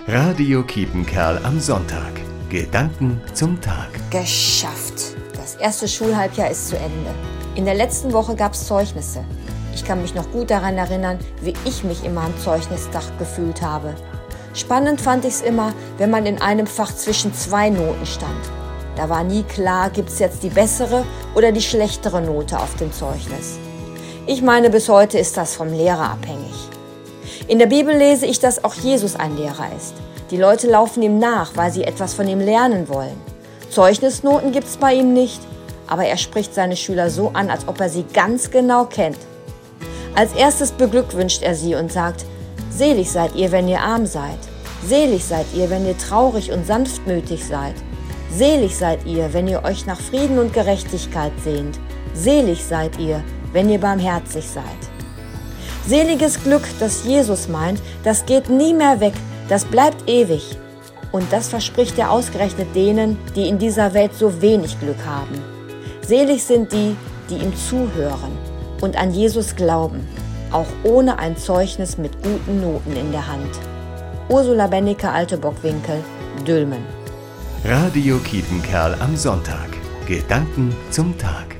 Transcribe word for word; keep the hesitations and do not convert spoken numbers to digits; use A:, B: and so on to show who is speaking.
A: Radio Kiepenkerl am Sonntag. Gedanken zum Tag.
B: Geschafft! Das erste Schulhalbjahr ist zu Ende. In der letzten Woche gab es Zeugnisse. Ich kann mich noch gut daran erinnern, wie ich mich immer am Zeugnisdach gefühlt habe. Spannend fand ich es immer, wenn man in einem Fach zwischen zwei Noten stand. Da war nie klar, gibt es jetzt die bessere oder die schlechtere Note auf dem Zeugnis. Ich meine, bis heute ist das vom Lehrer abhängig. In der Bibel lese ich, dass auch Jesus ein Lehrer ist. Die Leute laufen ihm nach, weil sie etwas von ihm lernen wollen. Zeugnisnoten gibt es bei ihm nicht, aber er spricht seine Schüler so an, als ob er sie ganz genau kennt. Als erstes beglückwünscht er sie und sagt: Selig seid ihr, wenn ihr arm seid. Selig seid ihr, wenn ihr traurig und sanftmütig seid. Selig seid ihr, wenn ihr euch nach Frieden und Gerechtigkeit sehnt. Selig seid ihr, wenn ihr barmherzig seid. Seliges Glück, das Jesus meint, das geht nie mehr weg, das bleibt ewig. Und das verspricht er ausgerechnet denen, die in dieser Welt so wenig Glück haben. Selig sind die, die ihm zuhören und an Jesus glauben, auch ohne ein Zeugnis mit guten Noten in der Hand. Ursula Bennecke-Altebockwinkel, Dülmen.
A: Radio Kiepenkerl am Sonntag. Gedanken zum Tag.